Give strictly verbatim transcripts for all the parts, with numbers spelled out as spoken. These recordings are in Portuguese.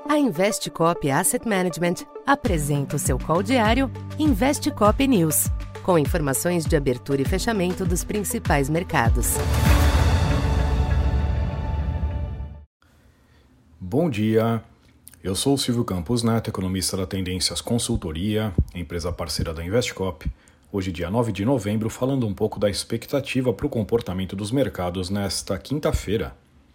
A Investcop Asset Management apresenta o seu call diário Investcop News, com informações de abertura e fechamento dos principais mercados. Bom dia, eu sou o Silvio Campos Neto, economista da Tendências Consultoria, empresa parceira da Investcop. Hoje, dia nove de novembro, falando um pouco da expectativa para o comportamento dos mercados nesta quinta-feira.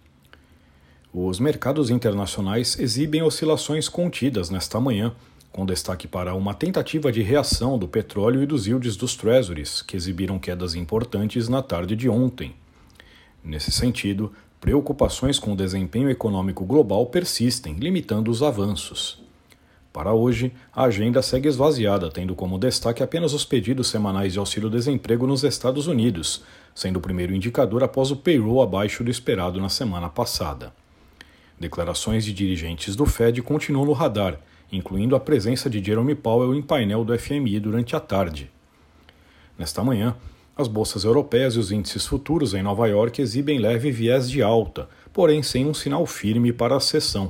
Os mercados internacionais exibem oscilações contidas nesta manhã, com destaque para uma tentativa de reação do petróleo e dos yields dos Treasuries, que exibiram quedas importantes na tarde de ontem. Nesse sentido, preocupações com o desempenho econômico global persistem, limitando os avanços. Para hoje, a agenda segue esvaziada, tendo como destaque apenas os pedidos semanais de auxílio-desemprego nos Estados Unidos, sendo o primeiro indicador após o payroll abaixo do esperado na semana passada. Declarações de dirigentes do Fed continuam no radar, incluindo a presença de Jerome Powell em painel do F M I durante a tarde. Nesta manhã, as bolsas europeias e os índices futuros em Nova York exibem leve viés de alta, porém sem um sinal firme para a sessão.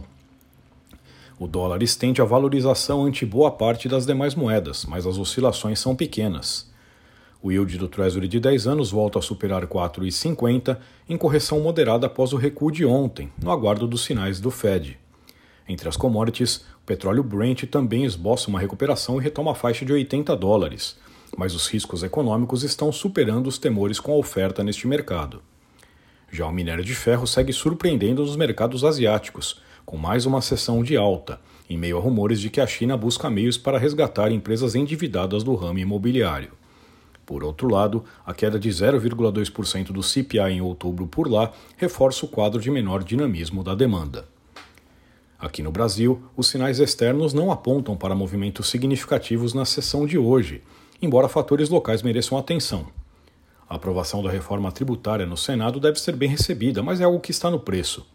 O dólar estende a valorização ante boa parte das demais moedas, mas as oscilações são pequenas. O yield do Treasury de dez anos volta a superar quatro vírgula cinquenta, em correção moderada após o recuo de ontem, no aguardo dos sinais do Fed. Entre as commodities, o petróleo Brent também esboça uma recuperação e retoma a faixa de oitenta dólares, mas os riscos econômicos estão superando os temores com a oferta neste mercado. Já o minério de ferro segue surpreendendo nos mercados asiáticos, com mais uma sessão de alta, em meio a rumores de que a China busca meios para resgatar empresas endividadas do ramo imobiliário. Por outro lado, a queda de zero vírgula dois por cento do C P I em outubro por lá reforça o quadro de menor dinamismo da demanda. Aqui no Brasil, os sinais externos não apontam para movimentos significativos na sessão de hoje, embora fatores locais mereçam atenção. A aprovação da reforma tributária no Senado deve ser bem recebida, mas é algo que está no preço.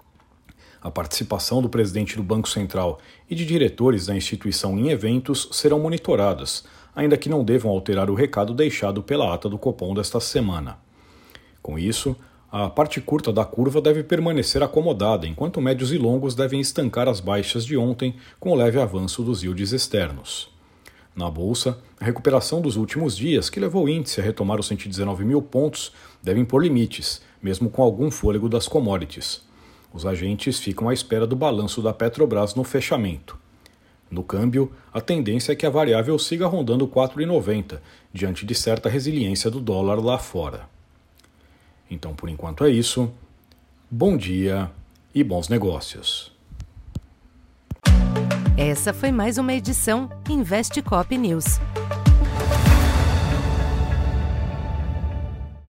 A participação do presidente do Banco Central e de diretores da instituição em eventos serão monitoradas, ainda que não devam alterar o recado deixado pela ata do Copom desta semana. Com isso, a parte curta da curva deve permanecer acomodada, enquanto médios e longos devem estancar as baixas de ontem com o leve avanço dos yields externos. Na Bolsa, a recuperação dos últimos dias, que levou o índice a retomar os cento e dezenove mil pontos, deve impor limites, mesmo com algum fôlego das commodities. Os agentes ficam à espera do balanço da Petrobras no fechamento. No câmbio, a tendência é que a variável siga rondando quatro vírgula noventa, diante de certa resiliência do dólar lá fora. Então, por enquanto é isso. Bom dia e bons negócios. Essa foi mais uma edição Investcop News.